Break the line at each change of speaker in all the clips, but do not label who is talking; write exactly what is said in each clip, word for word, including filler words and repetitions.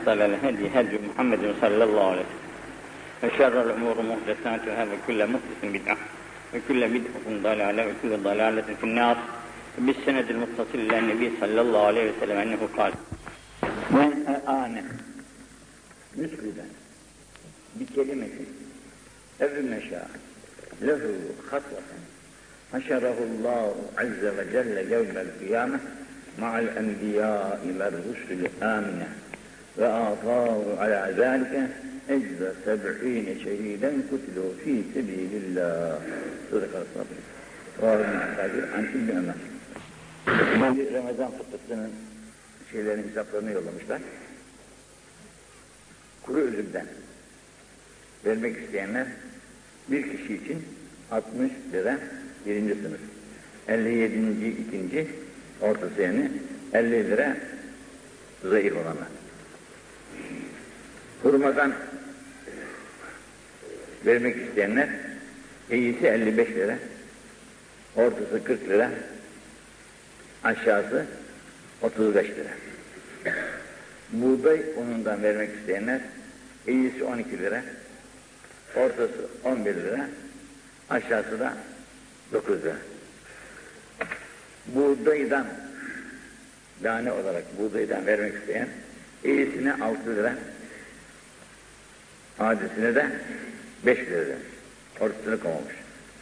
أفضل الهدي هدي محمد صلى الله عليه وسلم وشر الأمور محدثاتها وكل محدث بدعة وكل بدعة ضلالة وكل ضلالة في النار. بالسند المتصل إلى النبي صلى الله عليه وسلم أنه قال: من آن مسلما بكلمة أو مشاء له خطوة حشره الله عز وجل يوم القيامة مع الأنبياء والرسل آمنة وآثار على ذلك أجر سبعين شهيدا قتلوا في سبيل الله. صدق الصادق. رواه المعتبر عن ابن عمر. Ramazan fıtrasının şeylerini, hesaplarını yollamışlar. Kuru üzümden vermek isteyenler bir kişi için altmış lira birinci sınıf, elli yedinci ikinci ortası, yani elli lira zayıf olanlar. Hurmadan vermek isteyenler iyisi elli beş lira, ortası kırk lira, aşağısı otuz beş lira. Buğday unundan vermek isteyenler iyisi on iki lira, ortası on bir lira, aşağısı da dokuz lira. Buğdaydan, tane olarak buğdaydan vermek isteyen iyisine altı lira, adisine de beş lira, ortasını koymuş.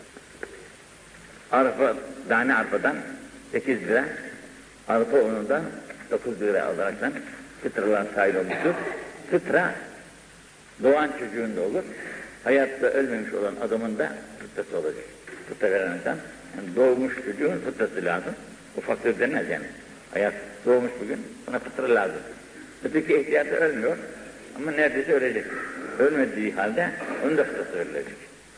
Arpa, tane arpadan sekiz lira, arpa unundan dokuz lira alaraktan fıtralar sahil olmuştur. Fıtra doğan çocuğun da olur, hayatta ölmemiş olan adamın da fıtrası olacak. Fıtra veren adam, yani doğmuş çocuğun fıtrası lazım. Ufaktır denmez yani. Hayat doğmuş bugün, ona fıtra lazım. Öteki ihtiyarda ölmüyor ama neredeyse ölecek. Ölmediği halde onun da fıtrası verilecek.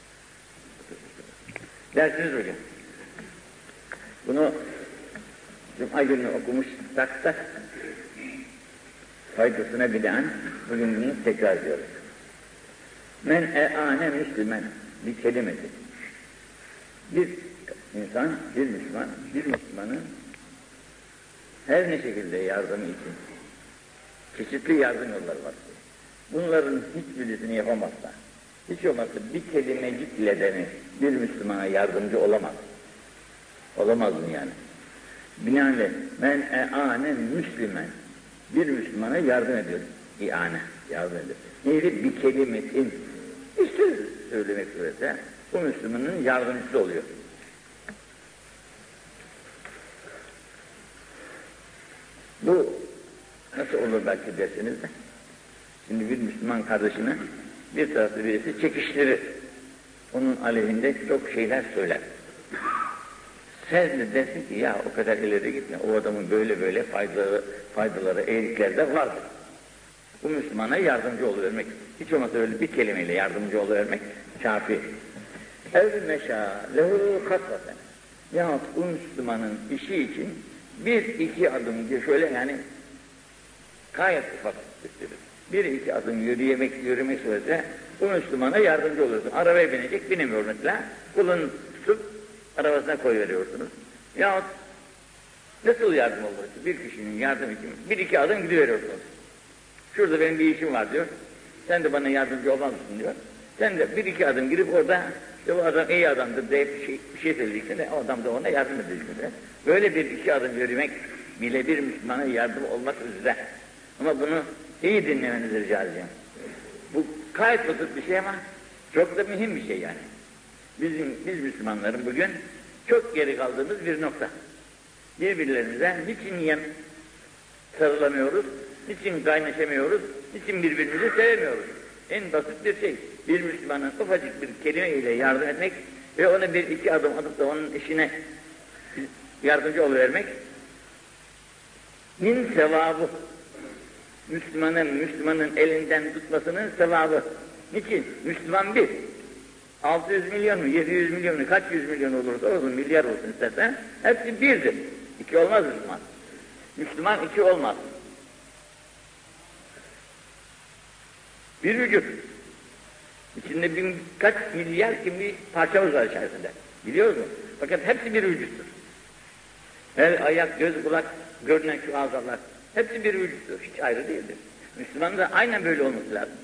Dersiniz bugün. Bunu Cuma günü okumuş taksak faydasına binaen bugün bunu tekrar ediyoruz. Men e'ane müslümen bir kelimesi. Bir insan, bir Müslüman, bir Müslümanın her ne şekilde yardımı için çeşitli yardım yolları var. Bunların hiçbirisini yapamazsa, hiç olmazsa bir kelimecikle de bir Müslümana yardımcı olamaz. Olamaz mı yani? Binaenaleyh men e'ane müslümen, bir Müslümana yardım ediyor. İane, yardım ediyor. Neydi? Bir kelimetin, işte söylemek surette bu Müslümanın yardımcısı oluyor. Bu nasıl olur belki dersiniz de. Şimdi bir Müslüman kardeşine bir tarafta birisi çekiştirir. Onun aleyhinde çok şeyler söyler. Sen de dersin ki ya o kadar ileri gitme, o adamın böyle böyle faydaları, faydaları eğilikleri de vardır. Bu Müslümana yardımcı oluvermek, hiç olmazsa öyle bir kelimeyle yardımcı oluvermek kafi. Ev meşâ lehu katvaten. Yahut bu Müslümanın işi için bir iki adım şöyle, yani gayet ufak gösterir. Bir iki adım yürüyemek, yürümek suretiyle bu Müslümana yardımcı olursun. Arabaya binecek, binemiyor mesela. Kulunu tutup arabasına koyuveriyorsunuz. Yahut nasıl yardım olur? Bir kişinin yardım için bir iki adım gidiveriyorsunuz. Şurada benim bir işim var diyor. Sen de bana yardımcı olmaz mısın diyor. Sen de bir iki adım gidip orada işte bu adam iyi adamdır deyip bir şey, bir şey söyleyeceksin de o adam da ona yardım edecek. Böyle bir iki adım yürümek bile bir Müslümana yardım olmak üzere. Ama bunu iyi dinlemenizi rica edeceğim. Bu gayet basit bir şey ama çok da mühim bir şey yani. Bizim, biz Müslümanların bugün çok geri kaldığımız bir nokta. Birbirlerimize niçin yan sarılamıyoruz, niçin kaynaşamıyoruz, niçin birbirimizi sevemiyoruz. En basit bir şey. Bir Müslümanın ufacık bir kelime ile yardım etmek ve ona bir iki adım atıp da onun işine yardımcı oluvermek min sevabı. Müslümanın, Müslümanın elinden tutmasının sevabı. Niçin? Müslüman bir. altı yüz milyon mu, yedi yüz milyon mu, kaç yüz milyon olursa olsun, milyar olsun istersen, hepsi birdir. İki olmaz Müslüman. Müslüman iki olmaz. Bir vücut. İçinde bin, kaç milyar kimli parçamız var içerisinde. Biliyor musun? Fakat hepsi bir vücuttur. El, ayak, göz, kulak, görünen şu azalar, hepsi bir vücuttur. Hiç ayrı değildir. Müslümanın da aynen böyle olması lazım.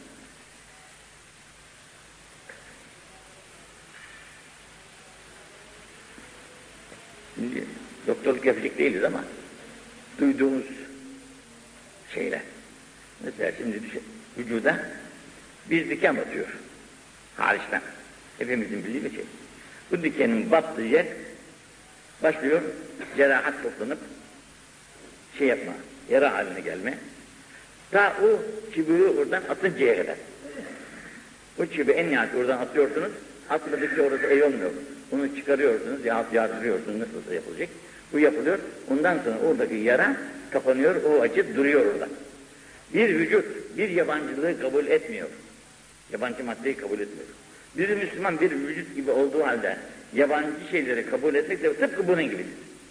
Şimdi doktorluk yapacak değiliz ama duyduğumuz şeyler. Mesela şimdi düşün, vücuda bir diken batıyor. Hariçten. Hepimizin bildiği bir şey. Bu dikenin battığı yer başlıyor cerahat toplanıp şey yapma, yara haline gelme. Ta o çubuğu oradan atıncaya kadar. O çubuğu en nihayet oradan atıyorsunuz, atmadıkça orası iyi olmuyor. Onu çıkarıyorsunuz yahut yardırıyorsunuz, nasılsa yapılacak. Bu yapılıyor, ondan sonra oradaki yara kapanıyor, o acı duruyor orada. Bir vücut, bir yabancılığı kabul etmiyor. Yabancı maddeyi kabul etmiyor. Bir Müslüman bir vücut gibi olduğu halde yabancı şeyleri kabul etmek de tıpkı bunun gibidir.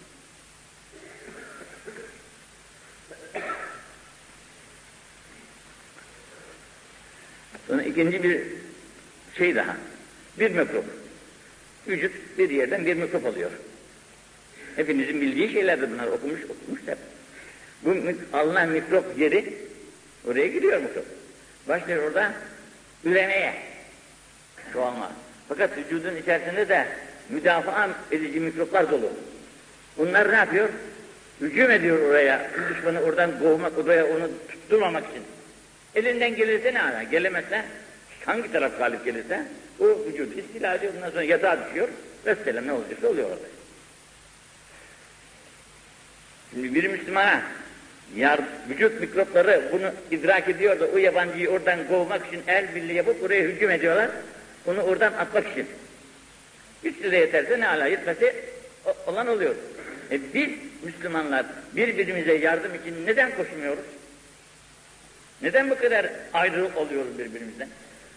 Sonra ikinci bir şey daha. Bir mikrop. Vücut bir yerden bir mikrop alıyor. Hepinizin bildiği şeylerdir bunlar. Okumuş, okumuş hep. Bu alınan mikrop yeri oraya gidiyor mikrop. Başlıyor orada üremeye. Çoğalma. Fakat vücudun içerisinde de müdafaa edici mikroplar dolu. Bunlar ne yapıyor? Hücum ediyor oraya. Düşmanı oradan kovmak, oraya onu tutturmamak için. Elinden gelirse ne ala? Gelemezse, hangi taraf galip gelirse o vücudu istila ediyor. Bundan sonra yatağa düşüyor. Vesselam ne olacaksa oluyor orada. Şimdi bir Müslümana yar, vücut mikropları bunu idrak ediyor da o yabancıyı oradan kovmak için el birliği yapıp oraya hücum ediyorlar. Onu oradan atmak için. Üç size yeterse ne ala yetmesi olan oluyor. E biz Müslümanlar birbirimize yardım için neden koşmuyoruz? Neden bu kadar ayrı oluyoruz birbirimizden?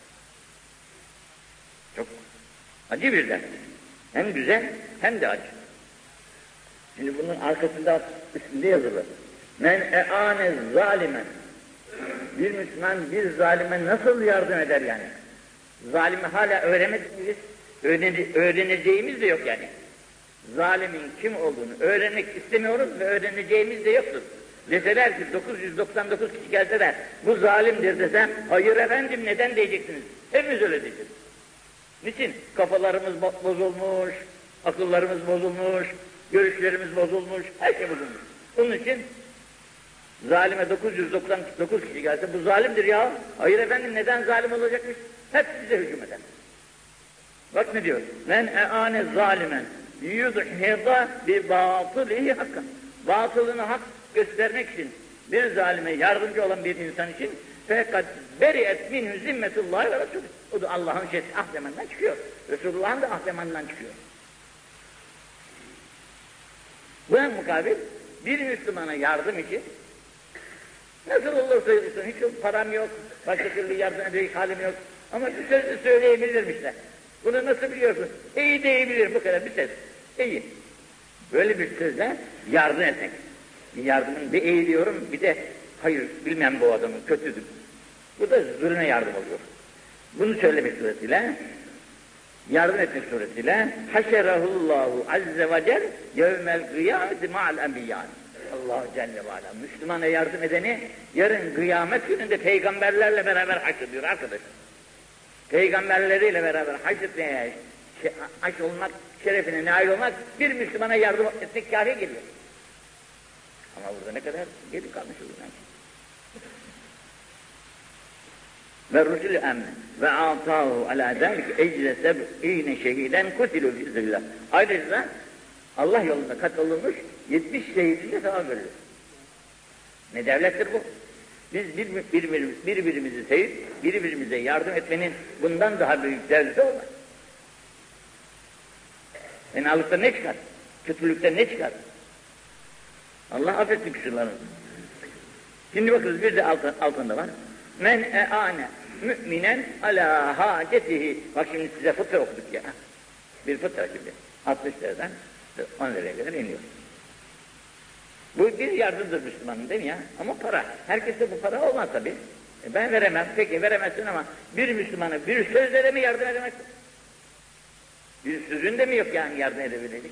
Çok acı bir dert. Hem güzel hem de acı. Şimdi bunun arkasında üstünde yazılı. Men e'ane zalimen. Bir Müslüman bir zalime nasıl yardım eder yani? Zalimi hala öğrenemedik miyiz? Öğreneceğimiz de yok yani. Zalimin kim olduğunu öğrenmek istemiyoruz ve öğreneceğimiz de yoktur. Deseler ki dokuz yüz doksan dokuz kişi gelse de bu zalimdir desem, hayır efendim neden diyeceksiniz? Hepimiz öyle diyeceğiz. Niçin? Kafalarımız bozulmuş, akıllarımız bozulmuş, görüşlerimiz bozulmuş, her şey bozulmuş. Onun için zalime dokuz yüz doksan dokuz kişi gelse bu zalimdir ya. Hayır efendim neden zalim olacakmış? Hep bize hücum eder. Bak ne diyor? Men e'ane zalimen yudhida bi batılihi hakkan. Batılını hak göstermek için bir zalime yardımcı olan bir insan için fakat beri'et minhu zimmetullahi ve Resulü. O da Allah'ın şeysi ahdemandan çıkıyor. Resulullah'ın da ahdemandan çıkıyor. Buna mukabil bir Müslümana yardım için nasıl olursa olsun hiç param yok, başka türlü yardım edecek halim yok ama bir sözü söyleyebilirim işte. Bunu nasıl biliyorsun? İyi diyebilirim bu kadar bir söz. İyi. Böyle bir sözle yardım etmek. Bir yardımın bir iyi diyorum bir de hayır bilmem bu adamın kötüdür. Bu da zulüne yardım oluyor. Bunu söylemek suretiyle yardım etmek suretiyle haşerahullahu azze ve cel yevmel kıyameti ma'al enbiya. Allah Celle ve Ala Müslümana yardım edeni yarın kıyamet gününde peygamberlerle beraber haşrediyor arkadaş. Peygamberleriyle beraber haşretmeye haş olmak, şerefine nail olmak bir Müslümana yardım etmek kâfi geliyor. Ama burada ne kadar geri kalmış olur sanki. Ve rusulü emne ve atahu ala zâlik ecle seb'ine şehiden kutilû biiznillah. Ayrıca Allah yolunda katılılmış yetmiş şehidinde sevap verilir. Ne devlettir bu? Biz bir, bir, bir, birbirimizi sevip birbirimize yardım etmenin bundan daha büyük devleti olmaz. Fenalıkta ne çıkar? Kötülükte ne çıkar? Allah affetsin kusurlarımızı. Şimdi bakıyoruz bir de altı, altında var. Men e'ane müminen ala hacetihi. Bak şimdi size fıtra okuduk ya. Bir fıtra şimdi. altmış liradan on liraya kadar iniyor. Bu bir yardımdır Müslümanın değil mi ya? Ama para. Herkese bu para olmaz tabii. E ben veremem. Peki veremezsin ama bir Müslümana bir sözle de mi yardım edemezsin? Bir sözün de mi yok yani yardım edebilecek?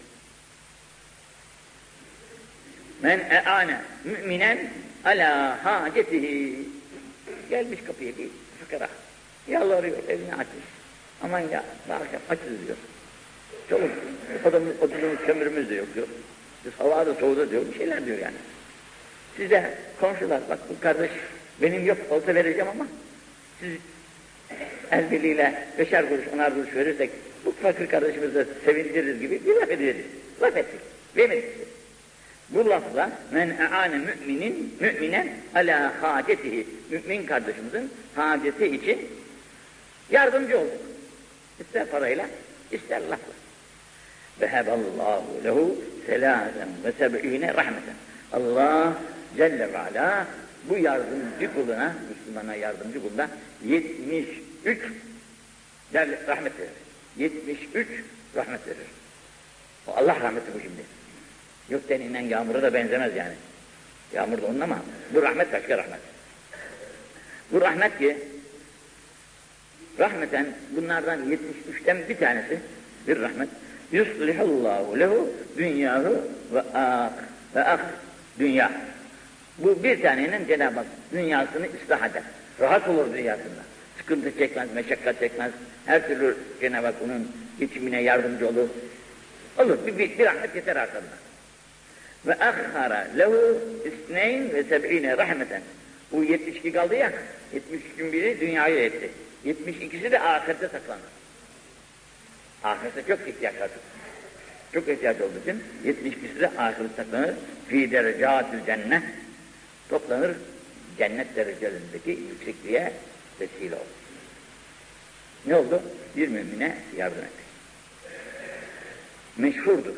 Men e'ane müminen ala hacetihi. gelmiş kapıya bir fıkara. Yalvarıyor, evini açmış. Aman ya, akşam açız diyor. Çoluk, odamız, odamız, kömürümüz de yok diyor. Biz havada soğuda diyor, bir şeyler diyor yani. Size komşular, bak bu kardeş benim yok, olsa vereceğim ama siz el birliğiyle beşer kuruş, onar kuruş verirsek bu fakir kardeşimizi sevindiririz gibi bir laf ederiz. Laf ettik, vermedik. Bu lafla men e'ane müminin müminen ala hacetihi, mümin kardeşimizin haceti için yardımcı olduk. İster parayla, ister lafla. Veheballahu lehu selasen ve seb'ine rahmeten. Allah Celle ve Ala bu yardımcı kuluna, Müslümana yardımcı kuluna yetmiş üç rahmet verir. yetmiş üç rahmet verir. O Allah rahmeti bu şimdi. Yok denilen yağmura da benzemez yani. Yağmur da onun ama bu rahmet başka rahmet. Bu rahmet ki rahmeten bunlardan yetmiş üçten bir tanesi bir rahmet. Yuslihullahu lehu dünyahu ve ah ve ah dünya. Bu bir tanenin Cenab-ı Hak dünyasını ıslah eder. Rahat olur dünyasında. Sıkıntı çekmez, meşakkat çekmez. Her türlü Cenab-ı Hak onun geçimine yardımcı olur. Olur, bir, bir, bir rahmet yeter arkamda. Ve akhara lehu isneyn ve seb'ine rahmeten. Bu yetmiş iki kaldı ya, yetmiş üçün biri dünyaya etti. yetmiş ikisi de ahirete saklanır. Ahirete çok ihtiyaç var. Çok ihtiyaç olduğu için yetmiş ikisi de ahirete saklanır. Fî derecâtül cennet. Toplanır, cennet derecelerindeki yüksekliğe vesile olur. Ne oldu? Bir mümine yardım etti. Meşhurdur.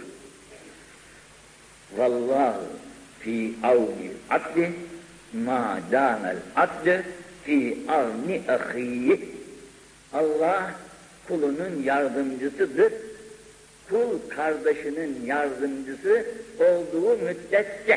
Vallahu fi avnil abdi ma dâmel abdi fi avni ahiyyi. Allah kulunun yardımcısıdır. Kul kardeşinin yardımcısı olduğu müddetçe.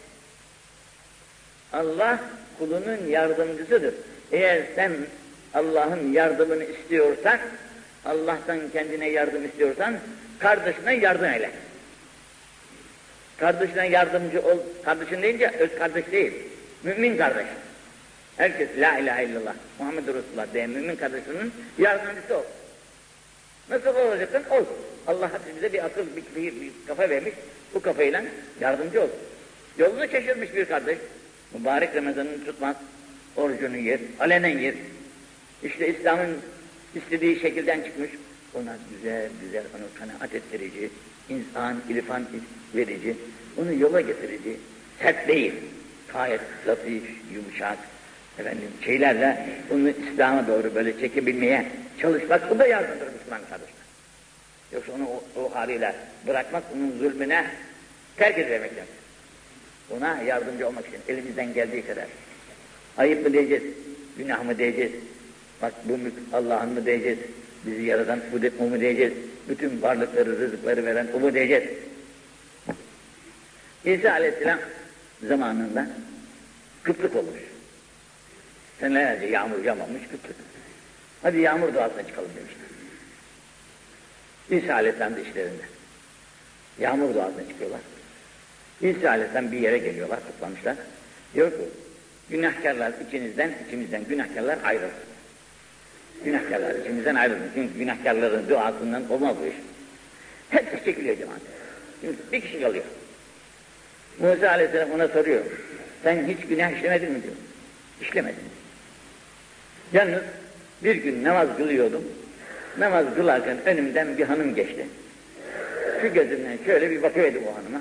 Allah kulunun yardımcısıdır. Eğer sen Allah'ın yardımını istiyorsan, Allah'tan kendine yardım istiyorsan, kardeşine yardım eyle. Kardeşine yardımcı ol, kardeşin deyince öz kardeş değil, mümin kardeş. Herkes la ilahe illallah, Muhammed Resulullah diye mümin kardeşinin yardımcısı ol. Nasıl olacaksın? Ol. Allah bize bir akıl, bir, bir, bir kafa vermiş, bu kafayla yardımcı ol. Yolunu şaşırmış bir kardeş, mübarek Ramazan'ını tutmaz, orucunu yer, alenen yer. İşte İslam'ın istediği şekilden çıkmış, ona güzel güzel onu kanaat ettirici, insan, ilifan verici, onu yola getirici, sert değil, gayet latif, yumuşak, efendim, şeylerle onu İslam'a doğru böyle çekebilmeye çalışmak, bu da yardımdır Müslüman kardeşler. Yoksa onu o, o haliyle bırakmak, onun zulmüne terk edilmektir. Ona yardımcı olmak için elimizden geldiği kadar. Ayıp mı diyeceğiz, günah mı diyeceğiz, bak bu mülk Allah'ın mı diyeceğiz, bizi yaradan bu mu diyeceğiz, bütün varlıkları, rızıkları veren o mu diyeceğiz. İsa Aleyhisselam zamanında kıtlık olmuş. Senelerce yağmur yağmamış, kıtlık. Hadi yağmur duasına çıkalım demişler. İsa Aleyhisselam da işlerinde. Yağmur duasına çıkıyorlar. İsa Aleyhisselam bir yere geliyorlar, toplamışlar. Diyor ki, günahkarlar içinizden, içimizden günahkarlar ayrılsın. Günahkarlar içimizden ayrılsın. Çünkü günahkarların duasından olmaz bu iş. Hepsi çekiliyor cemaat. Şimdi bir kişi kalıyor. Musa Aleyhisselam ona soruyor. Sen hiç günah işlemedin mi diyor. İşlemedim. Yalnız bir gün namaz kılıyordum. Namaz kılarken önümden bir hanım geçti. Şu gözümden şöyle bir bakıyordum o hanıma.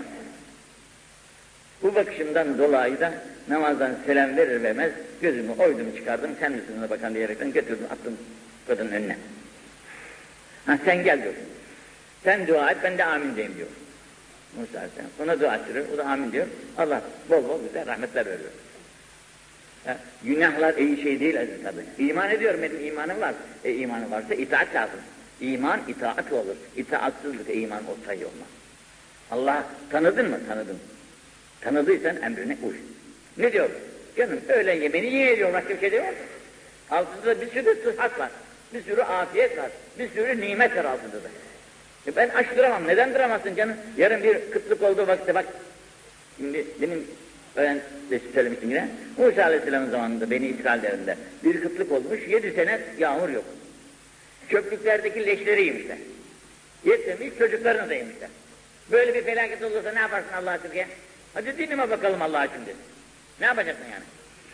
Bu bakışımdan dolayı da namazdan selam verir vermez gözümü oydum çıkardım, sen misin ona bakan diyerekten götürdüm attım kadının önüne. Ha sen gel diyor. Sen dua et ben de amin diyeyim diyor. Musa Aleyhisselam ona dua ettiriyor, o da amin diyor. Allah bol bol bize rahmetler veriyor. Ha, günahlar iyi şey değil aziz kardeşim. İman ediyorum, benim imanım var. E imanım varsa itaat lazım. İman itaat olur. İtaatsızlık iman olsa iyi olmaz. Allah tanıdın mı? Tanıdım. Tanıdıysan emrine uy. Ne diyor? Canım öğlen yemeğini yiye diyor, başka bir şey diyor. Altında bir sürü sıhhat var, bir sürü afiyet var, bir sürü nimet var altında da. E ben aç duramam, neden duramazsın canım? Yarın bir kıtlık olduğu vakitte bak, şimdi benim Ben de söylemiştim yine. Musa Aleyhisselam'ın zamanında Beni İsrail'lerinde bir kıtlık olmuş, yedi sene yağmur yok. Çöplüklerdeki leşleri yemişler. Yetmemiş, çocuklarını da yemişler. Böyle bir felaket olursa ne yaparsın Allah aşkına? Hadi dinime bakalım Allah şimdi. Ne yapacaksın yani?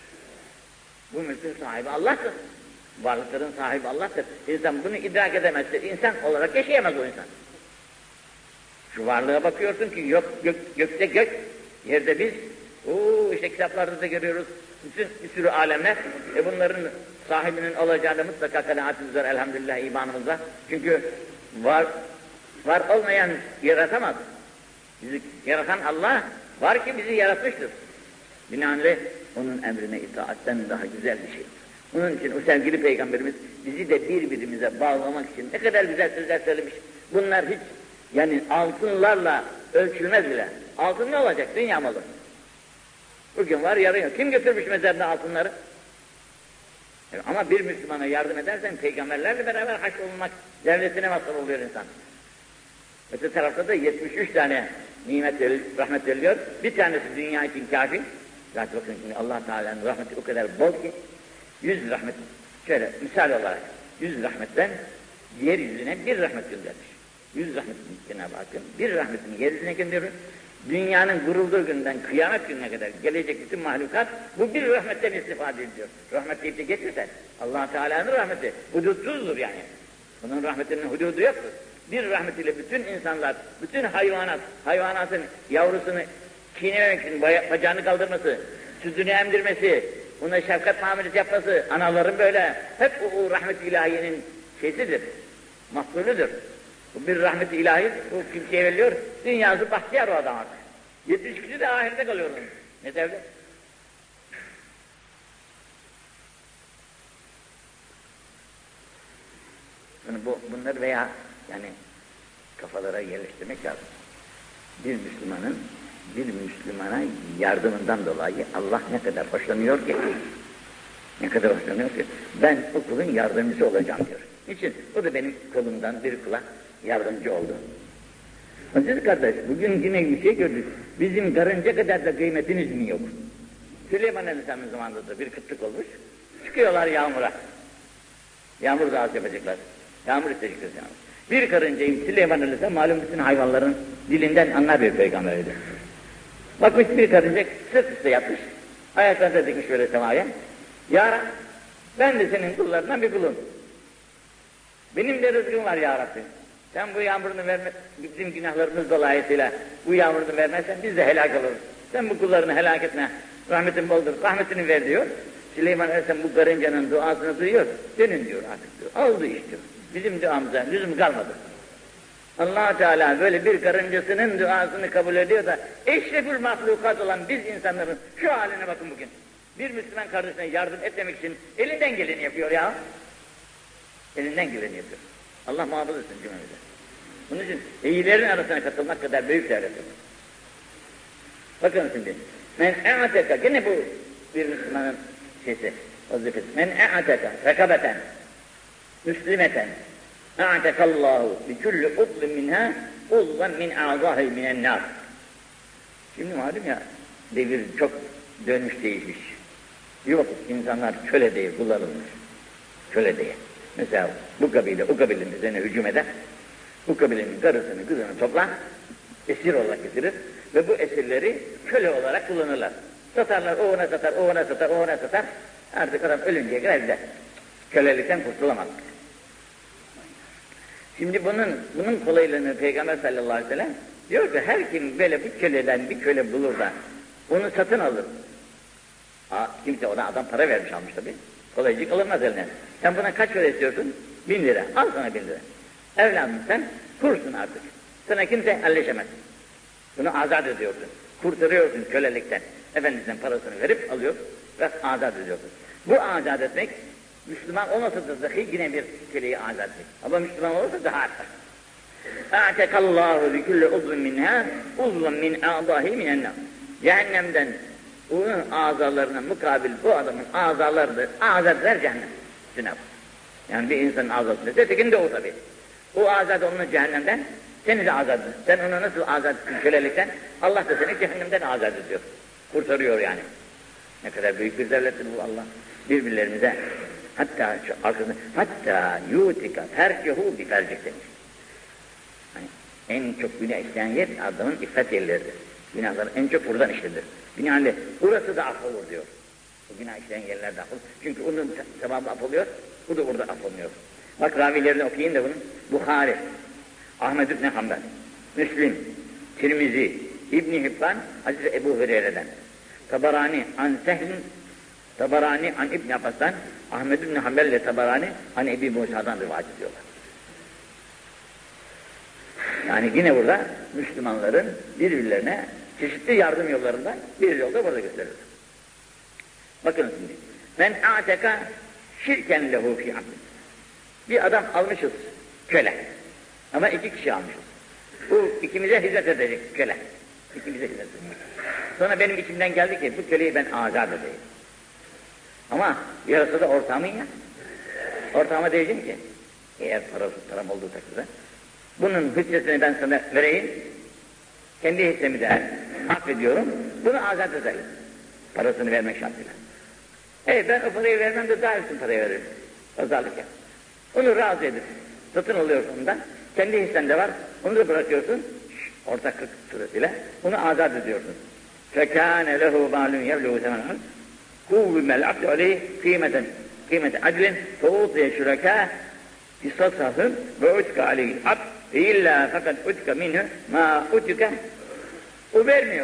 Bu mülkün sahibi Allah'tır. Varlıkların sahibi Allah'tır. İnsan bunu idrak edemezse insan olarak yaşayamaz o insan. Şu varlığa bakıyorsun ki yok gök, gökte gök, yerde biz. Oo işte kitaplarda da görüyoruz. Bütün bir sürü alemler. E bunların sahibinin olacağını mutlaka kanaatimiz var elhamdülillah imanımızda. Çünkü var var olmayan yaratamaz. Bizi yaratan Allah var ki bizi yaratmıştır. Binaenaleyh onun emrine itaatten daha güzel bir şey. Onun için o sevgili Peygamberimiz bizi de birbirimize bağlamak için ne kadar güzel sözler söylemiş. Bunlar hiç yani altınlarla ölçülmez bile. Altın ne olacak? Dünya malı. Bugün var yarın yok. Kim götürmüş mezarına altınları? Evet, ama bir Müslümana yardım edersen peygamberlerle beraber haşrolunmak devletine mazhar oluyor insan. Öte tarafta da yetmiş üç tane nimet veriliyor, rahmet veriliyor. Bir tanesi dünya için kafi. Zaten bakın şimdi Allah Teala'nın rahmeti o kadar bol ki yüz rahmet, şöyle misal olarak yüz rahmetten yeryüzüne bir rahmet göndermiş. Yüz rahmetin Cenab-ı Hakk'ın bir rahmetini yeryüzüne gönderiyor. Dünyanın kurulduğu günden kıyamet gününe kadar gelecek bütün mahlukat bu bir rahmetten istifade ediyor. Rahmet deyip de geçirsen Allah Teala'nın rahmeti hudutsuzdur yani. Bunun rahmetinin hududu yoktur. Bir rahmetiyle bütün insanlar, bütün hayvanat, hayvanatın yavrusunu çiğnememek için bacağını kaldırması, sütünü emdirmesi, ona şefkat muamelesi yapması, anaların böyle hep o, o rahmet-i ilahiyenin şeysidir, mahsulüdür. Bu bir rahmet-i ilahi o kimseye veriliyor, dünyası bahtiyar o adam artık. Yetmiş kişi de ahirete kalıyor onun. Ne devlet? Yani bu, bunları veya yani kafalara yerleştirmek lazım. Bir Müslümanın bir Müslümana yardımından dolayı Allah ne kadar hoşlanıyor ki, ne kadar hoşlanıyor ki, ben o kulun yardımcısı olacağım diyor. Niçin? O da benim kolumdan bir kula yardımcı oldu. Aziz kardeş, bugün yine bir şey gördük. Bizim karınca kadar da kıymetiniz mi yok? Süleyman Aleyhisselam'ın zamanında da bir kıtlık olmuş. Çıkıyorlar yağmura. Yağmur da az yapacaklar. Yağmur isteyecekler. Bir karıncayı Süleyman Aleyhisselam malum bütün hayvanların dilinden anlar bir peygamberiydi. Bakmış bir karınca sırt üstte yatmış. Ayaklarını dikmiş böyle semaya. Ya Rabbi, ben de senin kullarından bir kulum. Benim de rızkım var ya Rabbi. Sen bu yağmurunu verme, bizim günahlarımız dolayısıyla bu yağmurunu vermezsen biz de helak oluruz. Sen bu kullarını helak etme, rahmetin boldur, rahmetini ver diyor. Süleyman Aleyhisselam bu karıncanın duasını duyuyor. Senin diyor artık diyor, oldu iş diyor. Bizim duamıza lüzum kalmadı. Allah Teala böyle bir karıncasının duasını kabul ediyor da eşrefül mahlukat olan biz insanların şu haline bakın bugün. Bir Müslüman kardeşine yardım etmemek için elinden geleni yapıyor ya. Elinden geleni yapıyor. Allah muhafaza etsin cümlemize. Bunun için iyilerin arasına katılmak kadar büyük devlet yok. Bakın şimdi. Men e'ateka, gene bu bir Müslümanın şeysi, vazifesi. Men e'ateka, rekabeten, müslimeten, e'atekallahu bi kulli udlin minha, udlan min a'zahi minen nar. Şimdi malum ya, devir çok dönmüş değişmiş. Bir vakit insanlar köle diye kullanılmış. Köle diye. Mesela bu kabile, o kabilenin üzerine hücum eder. Bu kabilenin karısını, kızını toplar, esir olarak getirir ve bu esirleri köle olarak kullanırlar. Satarlar, o ona satar, o ona satar, o ona satar. Artık adam ölünceye kadar gider. Kölelikten kurtulamaz. Şimdi bunun bunun kolaylığını Peygamber sallallahu aleyhi ve sellem diyor ki her kim böyle bir köleden bir köle bulur da onu satın alır. Aa, kimse ona adam para vermiş almış tabii. Kolaycık alınmaz eline. Sen buna kaç para istiyorsun? Bin lira. Al sana bin lira. Evladım sen kursun artık. Sana kimse elleşemez. Bunu azat ediyorsun. Kurtarıyorsun kölelikten. Efendisinden parasını verip alıyor ve azat ediyorsun. Bu azat etmek Müslüman olmasa da dahi yine bir köleyi azat etmek. Ama Müslüman olursa daha artar. A'tekallahu bi kulli uzvin minha uzvan min a'dahi minennar. Cehennemden onun azalarına mukabil bu adamın azalarıdır. Azat ver cehennem. Cenab-ı. Yani bir insanın azatını. Ötekinde o tabi. O azat onun cehennemden, seni de azat ediyor. Sen onu nasıl azat ettin kölelikten? Allah da seni cehennemden azat ediyor. kurtarıyor yani. Ne kadar büyük bir devlettir bu Allah. Birbirlerimize hatta şu arkasında hatta yutika tercehu bi fercik demiş. Hani en çok günah işleyen yer adamın iffet yerleridir. Günahlar en çok buradan işlenir. Binaenaleyh burası da affolur diyor. Bu günah işleyen yerler de affolur. Çünkü onun sevabı affoluyor, bu da orada affolmuyor. Bak ravilerini okuyayım da bunun. Bukhari, Ahmed ibn Hanbel, Müslim, Tirmizi, İbn Hibban, Hazreti Ebu Hureyre'den. Tabarani an Sehlin, Tabarani an İbn Abbas'tan, Ahmed ibn Hanbel ile Tabarani an Ebi Musa'dan rivayet ediyorlar. Yani yine burada Müslümanların birbirlerine çeşitli yardım yollarından bir yolda burada gösterilir. Bakın şimdi. Men a'teka şirken lehu fi abdin. Bir adam almışız köle. Ama iki kişi almışız. Bu ikimize hizmet edecek köle. İkimize hizmet edecek. Sonra benim içimden geldi ki bu köleyi ben azat edeyim. Ama yarısı da ortağımın ya. Ortağıma diyeceğim ki eğer parası param olduğu takdirde bunun hissesini ben sana vereyim. Kendi hissemi de affediyorum. Bunu azat edeyim. Parasını vermek şartıyla. E ben o parayı vermem de daha üstün parayı veririm. Pazarlık yap. Onu razı edip satın alıyorsun ondan. Kendi hissen de var. Onu da bırakıyorsun. Ortaklık suretiyle bunu azat ediyorsun. فَكَانَ لَهُ مَالٌ يَبْلُغُ زَمَنًا قُوِّمَ الْعَبْدُ عَلَيْهِ قِيمَةً قِيمَةَ عَدْلٍ فَوُوْطِيَ شُرَكَاءَ بِصَصَهُمْ وَاُتْكَ عَلَيْهِ الْعَبْدِ اِلَّا فَقَدْ اُتْكَ مِنْهُ مَا اُتْكَ. O vermiyor.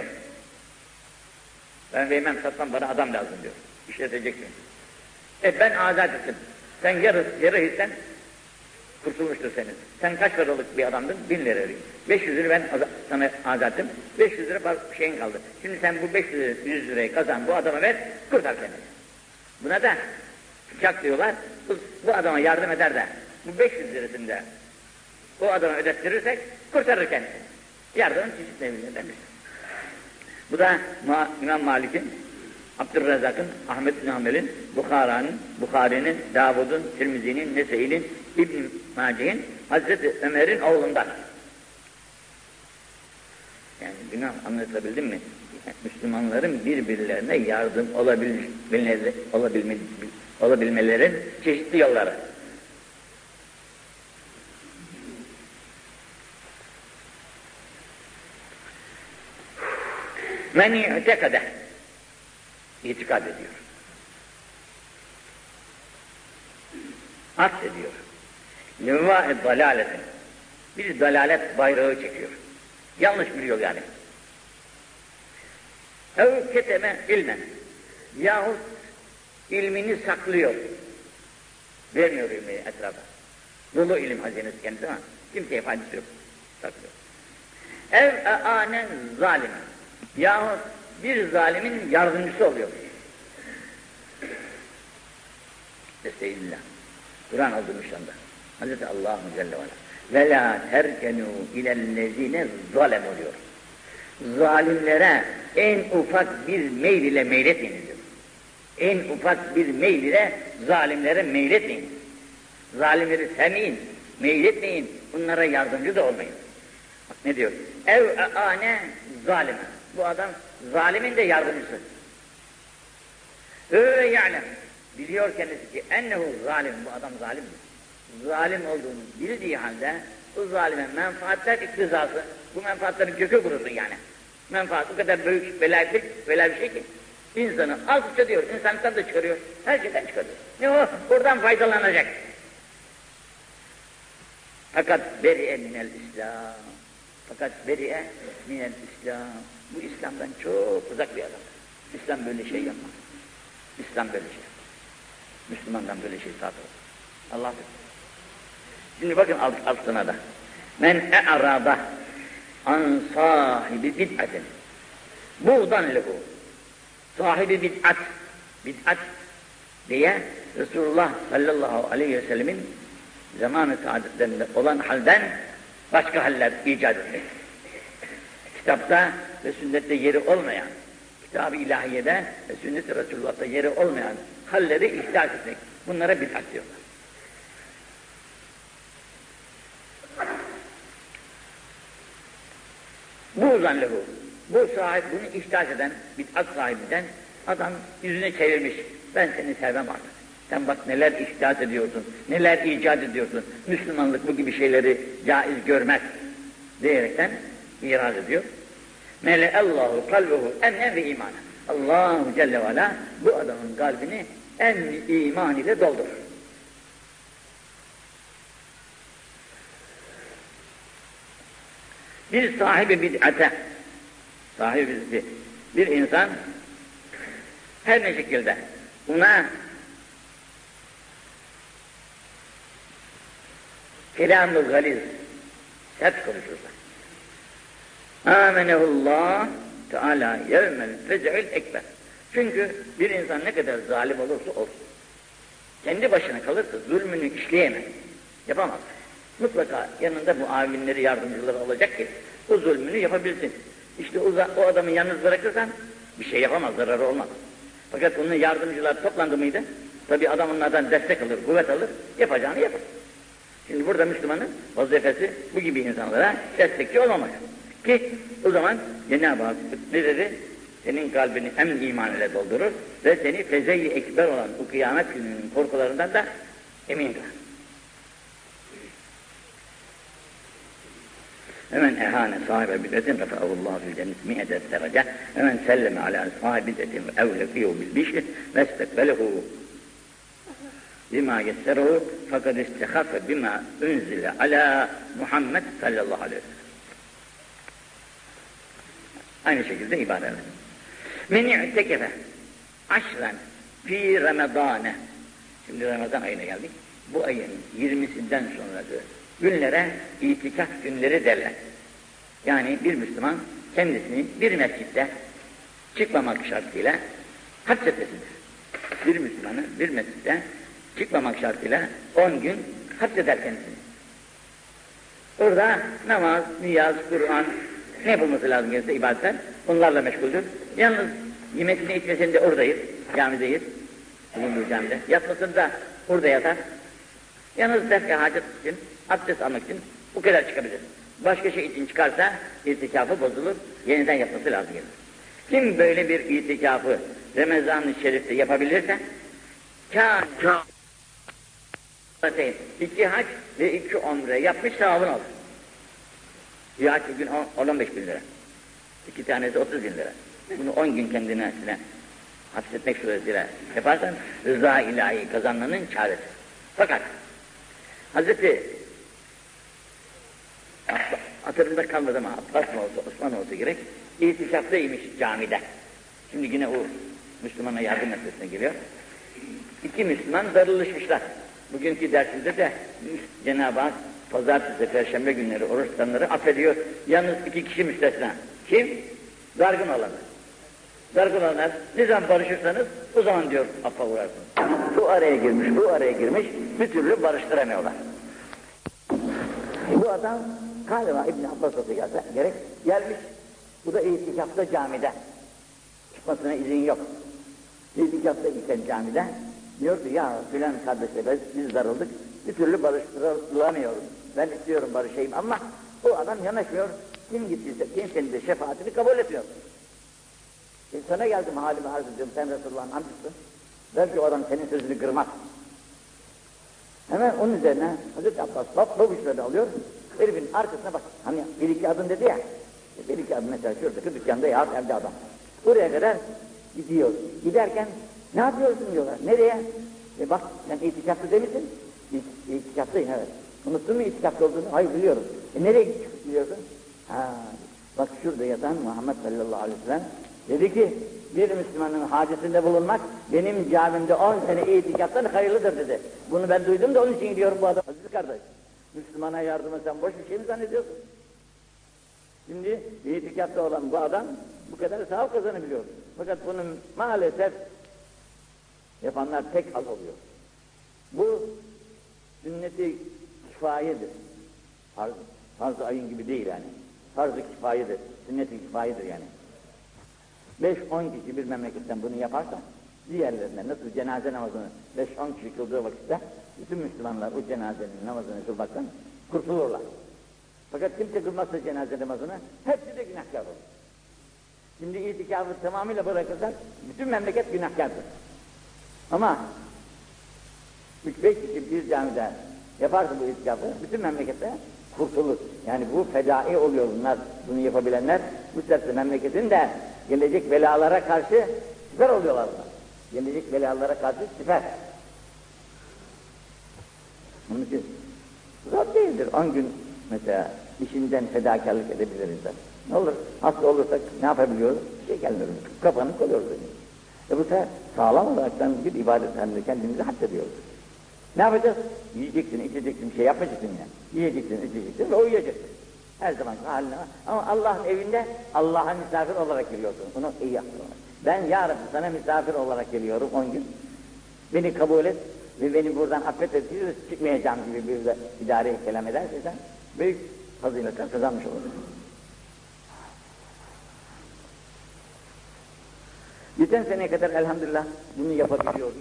Ben vermem, satmam, bana adam lazım diyor. İşleteceksin. E ben azat ettim. Sen yarı, yarı hissen kurtulmuştur senin. Sen kaç paralık bir adamdın? Bin lira vereyim. beş yüz lira ben sana azat ettim. beş yüz lira şeyin kaldı. Şimdi sen bu beş yüz lirayı kazan, bu adama ver, kurtar kendini. Buna da çak diyorlar, bu, bu adama yardım eder de, bu beş yüz lirasını da o adama ödettirirsek, kurtarır kendini. Yardımın çeşit nevillerindendir. Bu da İmam Malik'in, Abdurrezzak'ın, Ahmet bin Hanbel'in, Bukhara'nın, Bukhari'nin, Davud'un, Tirmizi'nin, Nese'inin, İbn Mace'nin, Hazreti Ömer'in oğlundan. Yani günah anlatabildim mi? Yani Müslümanların birbirlerine yardım olabilmeleri, olabilme, olabilmelerin çeşitli yolları. Men i'tekade itikad ediyor. Akt ediyor. Levvâ-i dalâletin. Bir dalalet bayrağı çekiyor. Yanlış bir yol yani. Ev keteme ilmen. Yahut ilmini saklıyor. Vermiyor ilmi etrafa. Dolu ilim hazinesi kendisi ama kimseye faydası yok. Saklıyor. Ev e'ânen zalimen. Yahut bir zalimin yardımcısı oluyor. Estağfirullah. Kur'an olduğu şanda. Hazreti Allahu Celle ve Ala. Ve la terkenû ilellezine zalem oluyor. Zalimlere en ufak bir meyl ile meyletmeyin diyor. En ufak bir meyl ile zalimlere meyletmeyin. Zalimleri sevmeyin, meyletmeyin. Bunlara yardımcı da olmayın. Bak ne diyor? Ev e'âne zalime. Bu adam zalimin de yardımcısı. Öyle ya'lem. Biliyor kendisi ki ennehu zalim. Bu adam zalimdir. Zalim olduğunu bildiği halde bu zalime menfaatler iktizası. Bu menfaatlerin kökü kurusun yani. Menfaat o kadar büyük bela bir, bela bir şey ki insanı altıkça diyor. İnsanlıktan da çıkarıyor. Her şeyden çıkarıyor. Ne o? Buradan faydalanacak. Fakat beri'e minel İslam. Fakat beri'e minel İslam. Bu İslam'dan çok uzak bir adam. İslam böyle şey yapmaz. İslam böyle şey yapmaz. Müslümandan böyle şey sağ olur. Allah bilir. Şimdi bakın alt, altına da. Men e'arada an sahibi bid'atin. Buğdan lehu. Sahibi bid'at. Bid'at diye Resulullah sallallahu aleyhi ve sellemin zamanı saadetlerinde olan halden başka haller icat etmek. Kitapta ve sünnette yeri olmayan, kitab-ı ilahiyede ve sünnet-i Resulullah'ta yeri olmayan halleri ihdas etmek. Bunlara bid'at diyorlar. Buğzan lehu. Bu sahip, bunu ihtiyaç eden, bid'at sahibinden adam yüzüne çevirmiş. Ben seni sevmem artık. Sen bak neler ihtiyaç ediyorsun, neler icat ediyorsun. Müslümanlık bu gibi şeyleri caiz görmez diyerekten iraz ediyor. Mele'allahu kalbuhu enne ve imana. Allahu Celle ve Ala bu adamın kalbini en iman ile doldurur. Bir sahibi bid'ate, sahibi bid'ati, bir insan her ne şekilde buna kelam-ı galiz, sert konuşursa, âmenehullah Teala yevmel fez'il ekber. Çünkü bir insan ne kadar zalim olursa olsun, kendi başına kalırsa zulmünü işleyemez, yapamaz. Mutlaka yanında muavinleri, yardımcıları olacak ki o zulmünü yapabilsin. İşte o, o adamı yalnız bırakırsan bir şey yapamaz, zararı olmaz. Fakat onun yardımcılar toplandı mıydı? Tabi adam onlardan destek alır, kuvvet alır, yapacağını yapar. Şimdi burada Müslümanın vazifesi bu gibi insanlara destekçi olmamak. Ki o zaman Cenab-ı Hak ne dedi? Senin kalbini hem iman ile doldurur ve seni feze-i ekber olan bu kıyamet gününün korkularından da emin kılar. Hemen ehane sahibe bid'etin refa'ullahu fil cennet mi'ete derece. Hemen selleme ala sahibi bid'etin ve evlekiyu bil bişri ve istekbelehu bima yesseruhu fakat istehaffe bima unzile ala Muhammed sallallahu aleyhi ve sellem. Aynı şekilde ibadeler. Men i'tekefe aşren fi Ramazane. Şimdi Ramazan ayına geldik. Bu ayın yirmisinden sonraki günlere itikaf günleri derler. Yani bir Müslüman kendisini bir mescitte çıkmamak şartıyla hapsetmesidir. Bir Müslümanı bir mescitte çıkmamak şartıyla on gün hapseder kendisini. Orada namaz, niyaz, Kur'an ne yapılması lazım gelirse ibadetler onlarla meşguldür. Yalnız yemesini içmesinde oradayız, camideyiz, bulunduğu camide. Yatmasında orada yatar. Yalnız def ve hacet için, abdest almak için bu kadar çıkabilir. Başka şey için çıkarsa itikafı bozulur, yeniden yapması lazım gelir. Kim böyle bir itikafı Ramazan-ı Şerif'te yapabilirse kâne iki hac ve iki umre yapmış savabını alır. Bir hac bir gün on beş bin lira. İki tanesi otuz bin lira. Bunu on gün kendine hapsetmek suretiyle yaparsan rıza ilahi kazanmanın çaresi. Fakat Hazreti hatırımda kalmadı ama Abbas mı olsa Osman olsa gerek itikaftaymış camide. Şimdi yine o Müslümana yardım meselesine geliyor. İki Müslüman darılışmışlar. Bugünkü dersimizde de Cenab-ı Hak pazartesi, perşembe günleri oruç tutanları affediyor. Yalnız iki kişi müstesna. Kim? Dargın olanlar. Dargın olanlar. Ne zaman barışırsanız o zaman diyor affa uğrarsınız. Bu araya girmiş, bu araya girmiş bir türlü barıştıramıyorlar. Bu adam galiba İbn-i Abbas olsa gelse gerek gelmiş. Bu da itikafta camide. Çıkmasına izin yok. İtikafta iken camide diyor ki ya filan kardeşler biz darıldık. Bir türlü barıştıramıyoruz. Ben istiyorum barışayım ama bu adam yanaşmıyor. Kim gittiyse kimsenin de şefaatini kabul etmiyor. Şimdi sana geldim halime arz ediyorum. Sen Resulullah'ın amcısın. Belki o adam senin sözünü kırmaz. Hemen onun üzerine Hazreti Abbas hop bu işleri alıyor. Herifin arkasına bak. Hani bir iki adım dedi ya. Bir iki adım mesela şuradaki dükkanda ya evde adam. Buraya kadar gidiyor. Giderken ne yapıyorsun diyorlar. Nereye? E bak sen itikaflı demişsin. İtikaftayım evet. Unuttun mu itikaflı olduğunu? Hayır biliyorum. E nereye gidiyorsun? Ha, bak şurada yatan Muhammed sallallahu aleyhi ve sellem dedi ki bir Müslümanın hacetinde bulunmak benim camimde on sene itikaftan hayırlıdır dedi. Bunu ben duydum da onun için gidiyorum bu adam. Aziz kardeş, Müslümana yardıma sen boş bir şey mi zannediyorsun? Şimdi itikafta olan bu adam bu kadar sevap kazanabiliyor. Fakat bunun maalesef yapanlar tek az oluyor. Bu sünnet-i kifayedir. Farz, farz-ı ayın gibi değil yani. Farz-ı kifayedir, sünnet-i kifayedir yani. Beş on kişi bir memleketten bunu yaparsa, diğerlerine nasıl cenaze namazını beş on kişi kıldığı vakitte, bütün Müslümanlar o cenazenin namazını kılmaktan kurtulurlar. Fakat kimse kılmazsa cenaze namazını, hepsi de günahkar olur. Şimdi itikafı tamamıyla bırakırsak bütün memleket günahkardır. Ama üç beş kişi bir camide yaparsa bu itikafı bütün memlekette kurtulur. Yani bu fedai oluyor bunlar, bunu yapabilenler. Bu sefer memleketin de gelecek belalara karşı siper oluyorlar bunlar. Gelecek belalara karşı siper. Onun için zor değildir. on gün mesela işinden fedakarlık edebilir insan. Ne olur? Hasta olursak ne yapabiliyoruz? Bir şey gelmiyor. Kapanıp kalıyoruz. E bu sefer sağlam olaraktan bir ibadet halinde kendimizi hapsediyoruz. Ne yapacağız? Yiyeceksin, içeceksin, bir şey yapmayacaksın yani. Yiyeceksin, içeceksin ve uyuyacaksın. Her zaman haline var. Ama Allah'ın evinde Allah'a misafir olarak geliyorsun. Bunu iyi yaptın. Ben ya Rabbi sana misafir olarak geliyorum on gün. Beni kabul et ve beni buradan affet et, çıkmayacağım gibi bir de idare-i kelam edersen sen büyük faziletler kazanmış olursun. Geçen seneye kadar elhamdülillah bunu yapabiliyorduk.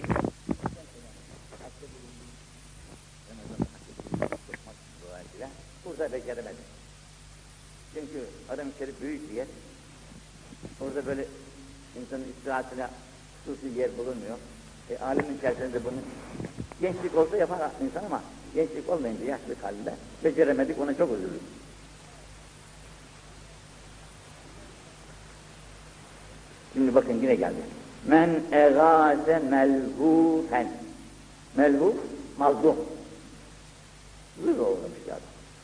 Burada beceremedim. Çünkü Haram-ı Şerif büyük bir yer. Orada böyle insanın istirahatine hususi yer bulunmuyor. E, alemin içerisinde bunu gençlik olsa yapar insan ama gençlik olmayınca yaşlılık halinde beceremedik, ona çok üzüldüm. Şimdi bakın yine geldi. Men egâze melhûfen. Melhûf, mazlum. Zır olmuş yani.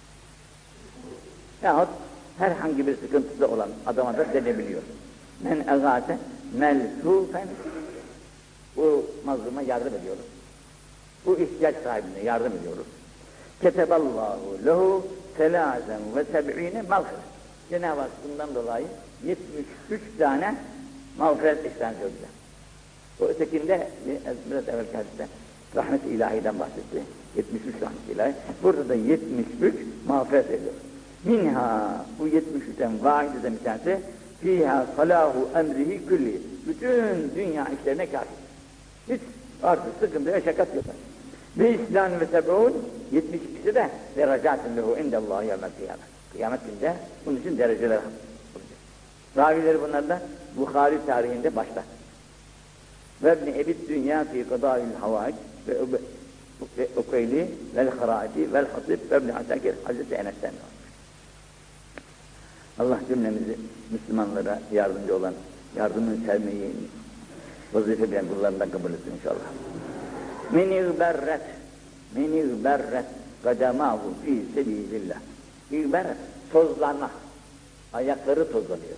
Yahut herhangi bir sıkıntısı olan adama da denebiliyor. Men egâze melhûfen. Bu mazluma yardım ediyoruz. Bu ihtiyaç sahibine yardım ediyoruz. Keteballahu lehu selâzen ve seb'ine mağfiret. Cenab-ı Hak bundan dolayı yetmiş üç tane mağfiret ihsan ediyor bize. O ötekinde biraz evvel hadiste rahmet-i ilahiden bahsetti. yetmiş üç rahmet ilahi. Burada da yetmiş üç mağfiret ediyor. Minha bu yetmiş üçten vahideden bir tanesi fiha salahu emrihi külli. Bütün dünya işlerine kafi. Hiç artık sıkıntı ve şakat yok. Ve İslam ve seb'un yetmiş ikisi de derecatun lehu indallahi yevmel kıyamet. Kıyamet günde bunun için dereceler olacak. Ravileri bunlardan Bukhari tarihinde başta. Ve ibn Ebid dünya fi kadâil havâic ve Ukeyli vel Haraci vel Hatib ve ibn Asakir Hazreti Enes'ten var. Allah cümlemizi Müslümanlara yardımcı olan, yardımını sermeyi vazife bilen kullarından kabul etsin inşallah. Men iğberret, men iğberret kademâhu fî sebîlillah. İğberret, tozlanma. Ayakları tozlanıyor.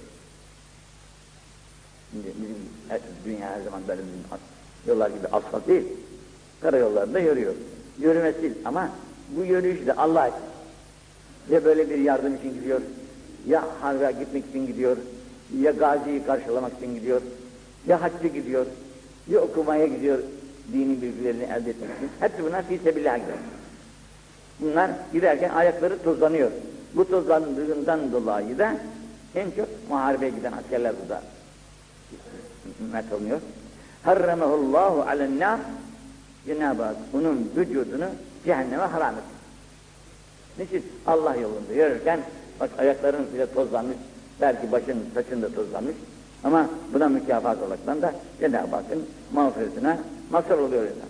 Şimdi bizim dünya her zaman böyle bizim yollar gibi asfalt değil. Karayollarında yürüyor. Yürümesil ama bu yürüyüş de Allah için. Ya böyle bir yardım için gidiyor, ya harba gitmek için gidiyor, ya gaziyi karşılamak için gidiyor, ya haccı gidiyor, ya okumaya gidiyor, dini bilgilerini elde etmek için. Hepsi bunlar fî sebillah gidiyor. Bunlar giderken ayakları tozlanıyor. Bu tozlandığından dolayı da en çok muharebeye giden askerler burada ümmet olmuyor. Harramehullahu alennâr. Cenab-ı Hak onun vücudunu cehenneme haram etti. Niçin? Allah yolunda yürürken bak ayakların bile tozlanmış, belki başın, saçın da tozlanmış ama buna mükafat olaraktan da Cenab-ı Hakk'ın mağfiretine mazhar oluyor insan.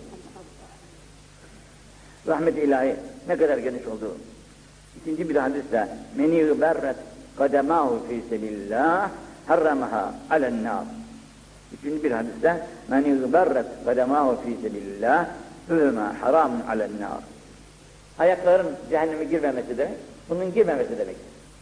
Rahmet-i ilahi ne kadar geniş oldu. İkinci bir hadiste meni berret kademahu fi sebillah harramaha alennâr. Üçüncü bir hadiste meni berret kademahu fi sebillah hüvma haramun alennâr. Ayakların cehenneme girmemesi demek, bunun girmemesi demek.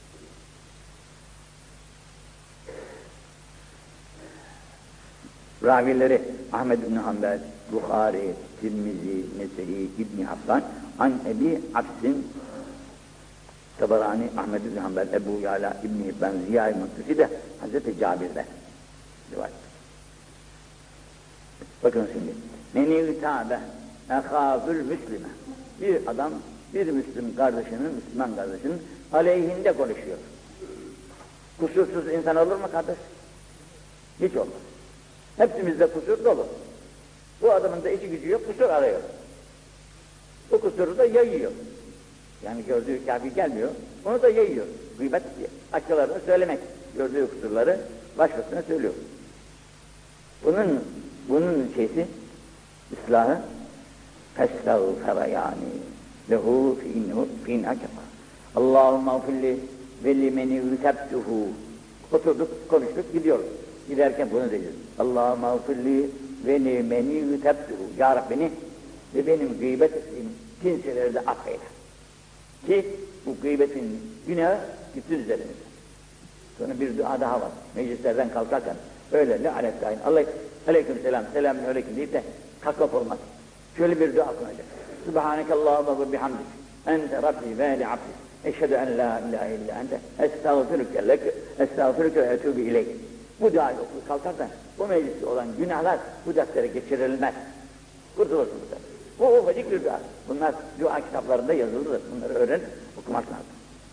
Ravileri Ahmed ibn Hanbel, Bukhari, Tirmizi, Nese'i, İbn Habban, an Ebi Absin, Tabarani, Ahmed ibn Hanbel, Ebu Yala, İbn Hibban, Ziya-i Mutlisi de Hazreti Cabir'den rivayet. Bakın şimdi. Men irtâbe ehâfül müslime. Bir adam, bir Müslüm kardeşinin, Müslüman kardeşinin aleyhinde konuşuyor. Kusursuz insan olur mu kardeş? Hiç olmaz. Hepsimizde kusur dolu. Bu adamın da işi gücü yok, kusur arıyor. Bu kusuru da yayıyor. Yani gördüğü kafi gelmiyor, onu da yayıyor. Gıybet açılarını söylemek. gördüğü kusurları başkasına söylüyor. Bunun bunun şeysi, ıslahı, festağfara yani lehu fi'inhu fi'na kefa. Allahümme afilli ve limeni yütebtuhu. Oturduk, konuştuk, gidiyoruz. Giderken bunu diyeceğiz. Allahümme afilli ve limeni yütebtuhu. Ya Rabbi beni ve benim gıybet ettiğim kimseleri de affeyle. Ki bu gıybetin günahı gitsin üzerimize. Sonra bir dua daha var. Meclislerden kalkarken öyle la aleyküm Allah aleyküm selam selamun aleyküm deyip de kalkıp olmaz. Şöyle bir dua okunacak. Subhanekallahumma ve bihamdik. Ente Rabbi ve li abdi. Eşhedü en la ilahe illa ente. Estağfirüke lek. Estağfirüke ve etûbü ileyk. Bu duayı okuyup kalkarsan bu mecliste olan günahlar bu deftere geçirilmez. Kurtulursun bu sefer. Bu ufacık bir dua. Bunlar dua kitaplarında yazılıdır. Bunları öğren, okumak lazım.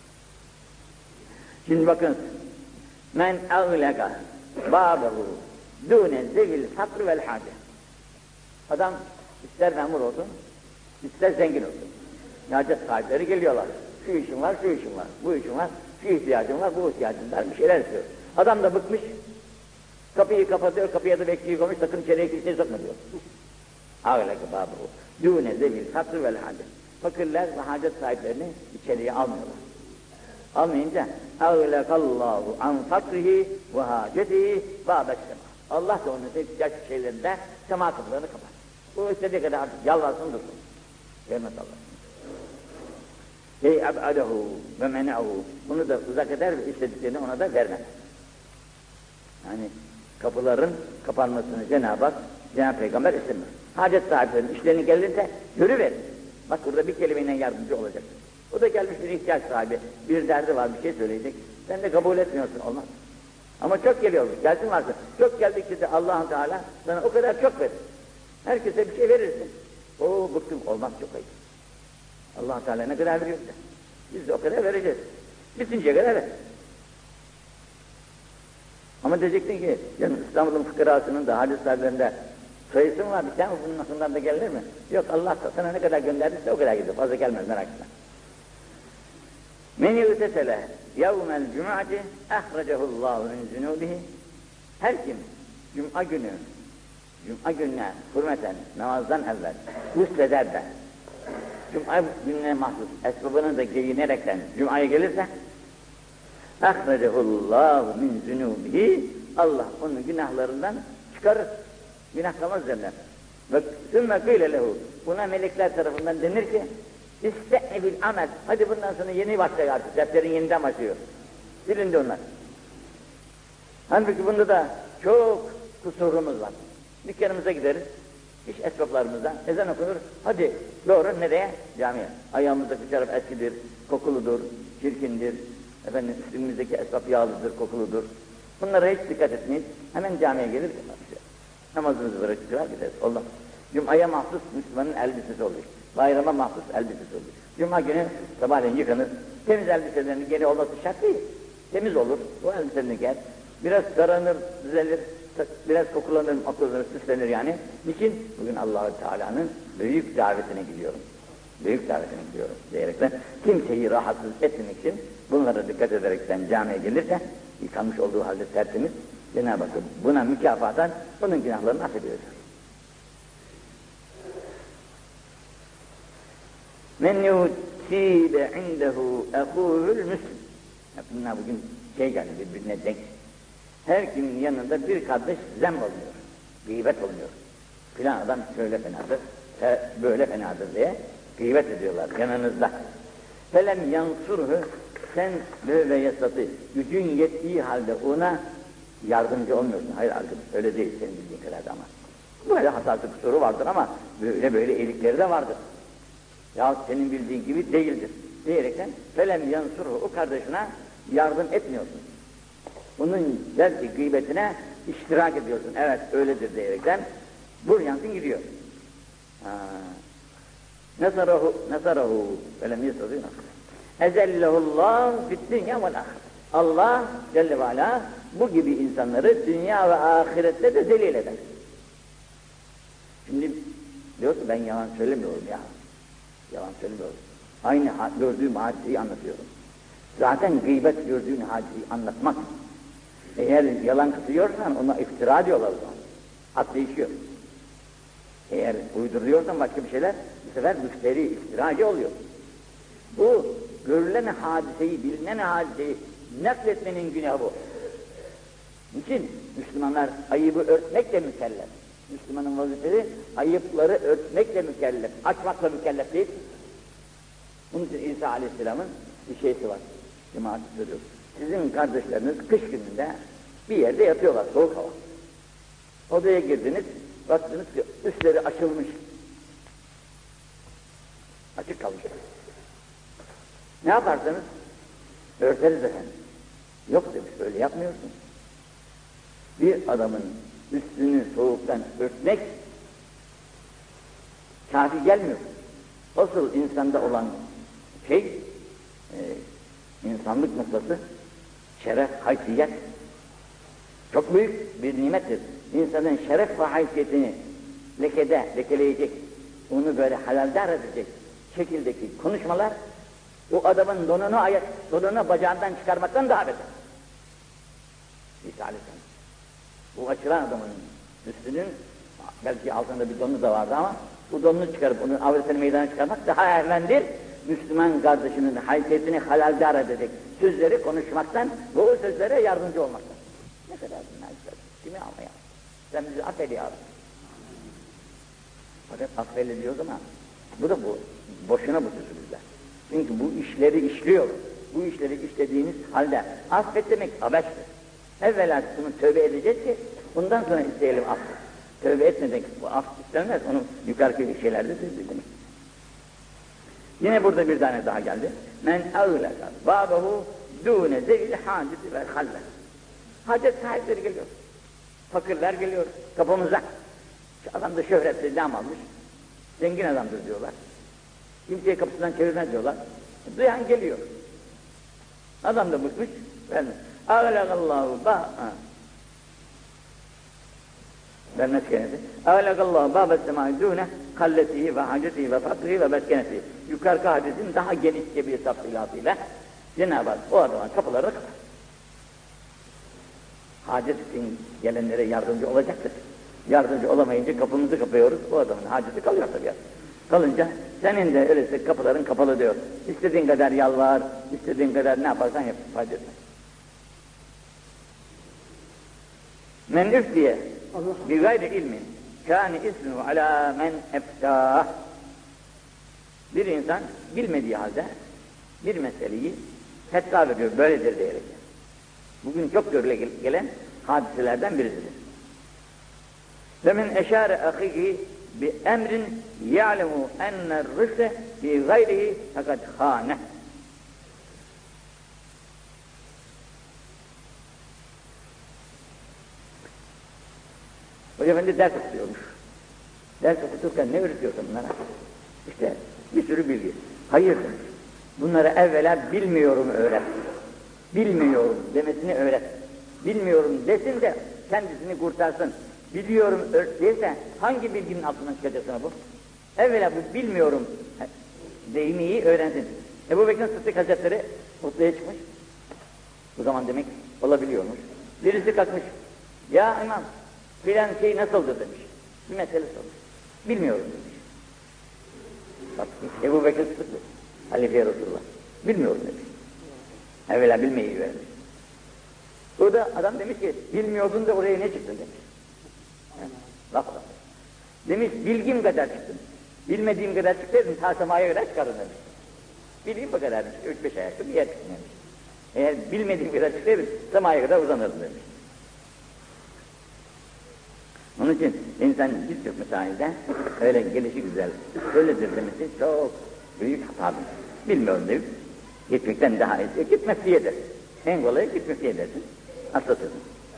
Şimdi bakın. Men ağleka bâbehu dûne zevil fakr vel hâce. Adam ister memur olsun, ister zengin olsun. Hacet sahipleri geliyorlar. Şu işim var, şu işim var, bu işim var, şu ihtiyacım var, bu ihtiyacım var, bir şeyler istiyor. Adam da bıkmış, kapıyı kapatıyor, kapıya da bekçiyi koymuş, sakın içeriye kimseyi sokma diyor. Ağleka bâbehu dûne zevil fakr vel hâce. Fakirler ve hacet sahiplerini içeriye almıyorlar. Almayınca ağlekallahu an fakrihi ve hacetihi bâbes sema. Allah da onun ihtiyaç şeylerinde sema kapılarını kapar. O istediği kadar artık yalvarsın dursun. Vermez Allah. Ey ab'adehu ve men'ahu. Onu da uzak eder ve istediklerini ona da vermez. Yani kapıların kapanmasını Cenab-ı Hak, Cenab-ı Peygamber istemez. Hacet sahiplerinin işlerine gelirse yürüverir. Bak burada bir kelimeyle yardımcı olacak. O da gelmiş bir ihtiyaç sahibi, bir derdi var, bir şey söyleyecek. Sen de kabul etmiyorsun, olmaz. Ama çok geliyormuş, gelsin varsın. Çok geldikçe de Allah-u Teala sana o kadar çok verir. Herkese bir şey verirsin. Oo bıktım, olmaz, çok ayıp. Allah-u Teala ne kadar veriyorsa, biz de o kadar vereceğiz. Bitinceye kadar ver. Ama diyecektin ki, yani İstanbul'un fıkrasının da, hadis sahiplerinde sayısı mı var, bir tane bunun aklından da gelir mi? Yok, Allah sana ne kadar gönderdiyse o kadar gidiyor, fazla gelmez, merak etme. Men yutesele yevmel cum'ati ahrecehullâhu min zunûbihi. Her kim cuma günü, cuma gününe hürmeten namazdan evvel husleder de cuma gününe mahsus esbabını da giyinerekten cumaya gelirse ahrecehullâhu min zunûbihi. Allah onun günahlarından çıkarır. Günah kalmaz üzerinden. Ve sümme kıyle lehu. Buna melekler tarafından denir ki İste'ni bil amel. Hadi bundan sonra yeni başlıyor artık. Defterin yeniden başlıyor. Silindi onlar. Halbuki bunda da çok kusurumuz var. Dükkanımıza gideriz. İş esbaplarımızdan ezan okunur. Hadi doğru nereye? Camiye. Ayağımızdaki şarap eskidir, kokuludur, çirkindir. Efendim üstümüzdeki esbap yağlıdır, kokuludur. Bunlara hiç dikkat etmeyiz. Hemen camiye gelir. Namazımızı bırakırlar gideriz. Allah. Cuma'ya mahsus Müslümanın elbisesi oluyor. Bayrama mahsus elbisesi oluyor. Cuma günü sabahleyin yıkanır. Temiz elbiselerinin geri olması şart değil. Temiz olur. O elbiselerini giyer. Biraz taranır, düzelir. Biraz kokulanır, okullanır, süslenir yani. Niçin? Bugün Allah-u Teala'nın büyük davetine gidiyorum. Büyük davetine gidiyorum diyerekten kimseyi rahatsız etmemek için bunlara dikkat ederekten camiye gelirse yıkanmış olduğu halde tertemiz Cenab-ı Hak buna mükafattan bunun günahlarını affediyor. Men yutibe indehu ehuhul müslim. Bunlar bugün şey geldi birbirine denk. Her kimin yanında bir kardeş zem oluyor. Gıybet oluyor. Filan adam şöyle fenadır, böyle fenadır diye gıybet ediyorlar yanınızda. Felem yansurhu, sen böyle yasatı, gücün yettiği halde ona yardımcı olmuyorsun. Hayır arkadaş, öyle değil senin bildiğin kadar ama. Böyle hatası kusuru vardır ama böyle böyle iyilikleri de vardır. Ya senin bildiğin gibi değildir diyerekten felem yansurhu, o kardeşine yardım etmiyorsun. Onun belki gıybetine iştirak ediyorsun. Evet öyledir diyerekten buryansın gidiyor. Nasarahu nasarahu felem yasruhu. Ezellehullah fid dünya vel ahiret. Allah Celle ve Ala bu gibi insanları dünya ve ahirette de zelil eder. Şimdi diyor ki ben yalan söylemiyorum ya. Yalan söylemiyorum. Aynı gördüğüm hadiseyi anlatıyorum. Zaten gıybet gördüğün hadiseyi anlatmak Eğer yalan kızıyorsan ona iftira diyorlar o zaman. Ad değişiyor. Eğer uyduruyorsan başka bir şeyler, bu sefer müşteri iftiracı oluyor. Bu görülen hadiseyi, bilinen hadiseyi nakletmenin günahı bu. Niçin? Müslümanlar ayıbı örtmekle mükellef. Müslümanın vazifesi ayıpları örtmekle mükellef, açmakla mükellef değil. Bunun için İsa Aleyhisselam'ın bir şeysi var. Cemaat söylüyor. Sizin kardeşleriniz kış gününde bir yerde yatıyorlar, soğuk hava. Odaya girdiniz, baktınız ki üstleri açılmış. Açık kalmış. Ne yaparsanız örteriz efendim. Yok demiş, öyle yapmıyorsun. Bir adamın üstünü soğuktan örtmek kafi gelmiyor. Asıl insanda olan şey, e, insanlık noktası, şeref, haysiyet. Çok büyük bir nimettir. İnsanın şeref ve haysiyetini lekede, lekeleyecek, onu böyle halaldar edecek şekildeki konuşmalar, o adamın donunu ayak, donunu bacağından çıkarmaktan daha beter. İsa Aleyhisselam. Bu açılan adamın üstünün, belki altında bir donu da vardı ama, bu donunu çıkarıp onun avretini meydana çıkarmak daha evlendir. Müslüman kardeşinin haysiyetini halaldar edecek sözleri konuşmaktan ve o sözlere yardımcı olmaktan. Ne kadar bunlar güzel. Kimi almaya? Sen bizi affedi ya. Fakat affediliyoruz ama bu da bu. Boşuna bu sözümüzler. Çünkü bu işleri işliyor. Bu işleri işlediğiniz halde affet demek abeştir. Evvela bunu tövbe edeceğiz ki bundan sonra isteyelim affet. Tövbe etmeden bu af istenmez. Onu yukarıki şeylerde söyledim. Yine burada bir tane daha geldi. Men ağlaka babahu dûne zevil hâceti vel halle. Hacet sahipleri geliyor. Fakirler geliyor kapımıza. Şu adam da şöhretli dam almış. Zengin adamdır diyorlar. Kimseye kapısından çevirmez diyorlar. Duyan geliyor. Adam da bıkmış. Vermez. Ağlakallahu ba... Vermez kendisi. Ağlakallahu bâbet semâi dûne kalletihi ve hacetihi ve fakrihi ve meskenetihi. Yukarıki hadisin daha genişçe bir tafsilatıyla Cenab-ı Hak o adamın kapılarını kapar. Hacet için gelenlere yardımcı olacaktır. Yardımcı olamayınca kapımızı kapıyoruz, o adamın haceti kalıyor tabii. Kalınca senin de öyleyse kapıların kapalı diyor. İstediğin kadar yalvar, istediğin kadar ne yaparsan yap, fayda etmez. Men üftiye bi gayri ilmin kâni ismuhu alâ men eftâh. Bir insan bilmediği halde bir meseleyi fetva veriyor, böyledir diyerek. Bugün çok görüle gelen hadiselerden birisidir. Ve men eşâre ahihi bi emrin ya'lemu enne rüse bi gayrihi fakat hâne. Hoca Efendi ders okutuyormuş. Ders okuturken ne öğretiyorsun bunlara? İşte bir sürü bilgi. Hayır demiş. Bunları evvela bilmiyorum öğret. Bilmiyorum demesini öğret. Bilmiyorum desin de kendisini kurtarsın. Biliyorum öğretiyse hangi bilginin altından çıkacaksın bu? Evvela bu bilmiyorum deyimiyi öğrensin. Ebu Bekir Sıddık Hazretleri ortaya çıkmış. Bu zaman demek olabiliyormuş. Birisi kalkmış. Ya imam filan şey nasıldır demiş. Bir mesele sormuş. Bilmiyorum demiş. Bak Ebu Bekir Sıddık Halife Resulullah. Bilmiyorum demiş. Evvela bilmeyi vermiş. Burada adam demiş ki bilmiyordun da oraya ne çıktın demiş. Laf adam. Demiş bilgim kadar çıktım. Bilmediğim kadar çıktım ta semaya kadar çıkarım demiş. Bilgim bu kadarmış. Üç beş ayakta bir yer çıktım demiş. Eğer bilmediğim kadar çıktım semaya kadar uzanırdım demiş. Onun için insan birçok mesailde öyle gelişi güzel öyledir demesi çok büyük hatadır. Bilmiyorum deyip gitmekten daha iyi. Gitmesi yedir. En kolayı gitmesi yedersin. Atlatırsın.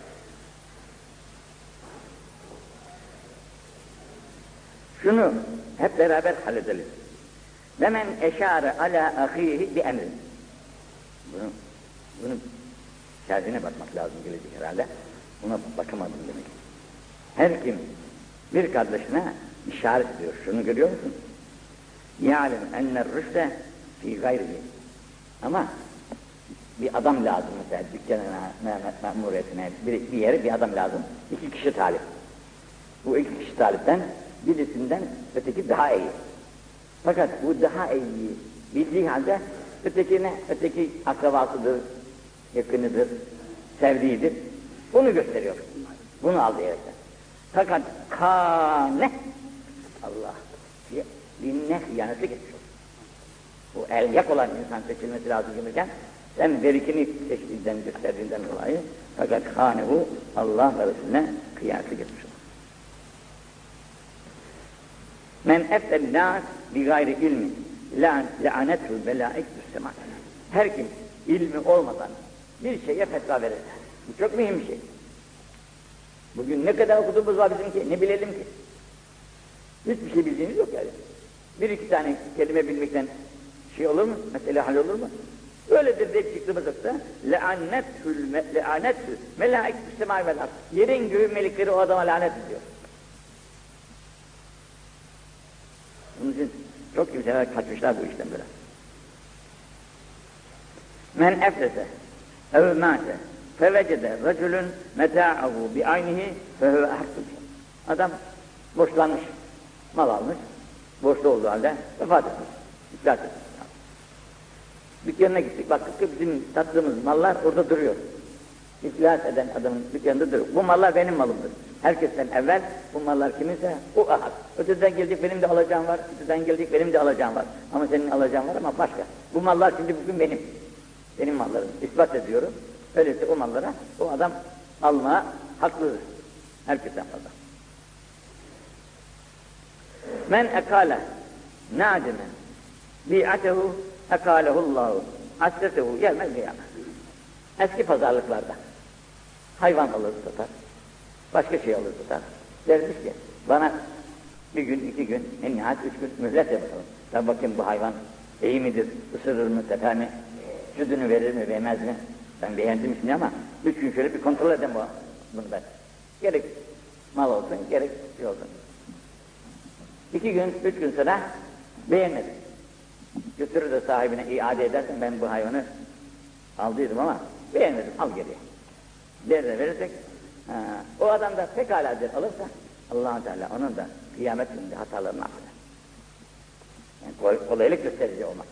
Şunu hep beraber halledelim. Ve men eşâre alâ ahîhi bi emrin. Bunu, bunu şerhine bakmak lazım gelecek herhalde. Buna bakamadım demek. Her kim bir kardeşine işaret ediyor. Şunu görüyor musun? Ya'lem enner rüşte fî gayrihi. Ama bir adam lazım mesela dükkanına, memuriyetine, bir, bir yere bir adam lazım. İki kişi talip. Bu iki kişi talipten birisinden öteki daha iyi. Fakat bu daha iyi bildiği halde ötekine, öteki akrabasıdır, yakınıdır, sevdiğidir. Bunu gösteriyor. Bunu al diyerekten. Fakat kâne Allah dinine hıyaneti getiriyor. Bu elyak olan insan seçilmesi lazım gelirken sen verikini seçtiğinden, gösterdiğinden dolayı fakat kânehu Allah ve Resulüne hıyaneti getiriyor. Men eftel nâs bi gayri ilmi le'anethu belâiktus semâ. Her kim ilmi olmadan bir şeye fetva verir. Bu çok mühim bir şey. Bugün ne kadar okuduğumuz var bizim ki, ne bilelim ki? Hiçbir şey bildiğimiz yok yani. Bir iki tane kelime bilmekten şey olur mu? Mesela hal olur mu? Öyledir deyip çıktığımız yoksa le'annethül le'annethül melâiktus semâ vel ard. Yerin göğün melekleri o adama lanet ediyor. Bunun için çok kimseler kaçmışlar bu işten böyle. Men eflese ev mâse fevecede racülün meta'ahu bi'aynihi fehuve ahkû. Adam borçlanmış, mal almış, borçlu olduğu halde vefat etmiş, iflas etmiş. Dükkanına gittik, baktık ki bizim sattığımız mallar orada duruyor. İflas eden adamın dükkanında duruyor. Bu mallar benim malımdır. Herkesten evvel bu mallar kiminse o ahad. Öteden geldik benim de alacağım var, öteden geldik benim de alacağım var. Ama senin alacağın var ama başka. Bu mallar şimdi bugün benim. Benim mallarım. İspat ediyorum. Öyleyse o mallara o adam almaya haklıdır. Herkesten fazla. Men ekale nâdime bi'atehu ekalehullahu asretehu yevmel kıyamet. Eski pazarlıklarda hayvan alır satar, başka şey alır satar. Dermiş ki bana bir gün, iki gün, en nihayet üç gün mühlet yapalım. Ben bakayım bu hayvan iyi midir, ısırır mı, teper mi, sütünü verir mi, vermez mi? Ben beğendim şimdi ama üç gün şöyle bir kontrol edeyim bunu ben. Gerek mal olsun, gerek şey olsun. İki gün, üç gün sonra beğenmedim. Götürür de sahibine iade edersen ben bu hayvanı aldıydım ama beğenmedim, al geriye. Derine verirsek, ha, o adam da pekala der alırsa Allah-u Teala onun da kıyamet gününde hatalarını affeder. Yani kolay, kolaylık gösterici olmak.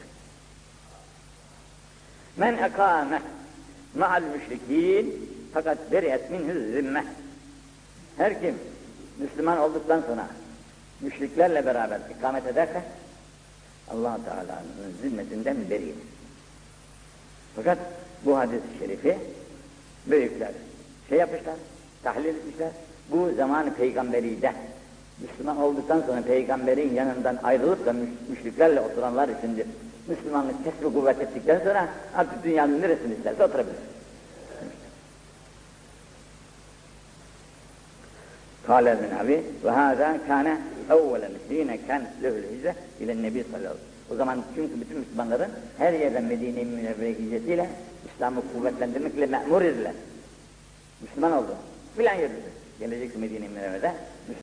Men ekâme ma'al müşrikîn fakat beriyet minhü zimme. Her kim Müslüman olduktan sonra müşriklerle beraber ikamet ederse Allah-u Teala'nın zimmetinden beridir. Fakat bu hadis-i şerifi büyükler şey yapmışlar, tahlil etmişler. Bu zamanı peygamberide Müslüman olduktan sonra peygamberin yanından ayrılıp da müşriklerle oturanlar içindir. Müslümanlık kesbi kuvvet ettikten sonra artık dünyanın neresini isterse oturabilir. Kâle min abi ve hâzâ kâne evvelen hîne kân lehül hicre ile nebi sallallahu aleyhi ve sellem. O zaman çünkü bütün Müslümanların her yerden Medine-i Münevvere hicretiyle İslam'ı kuvvetlendirmekle me'mur ediler. Müslüman oldu. Filan yeridir. Gelecek Medine-i Münevvere'de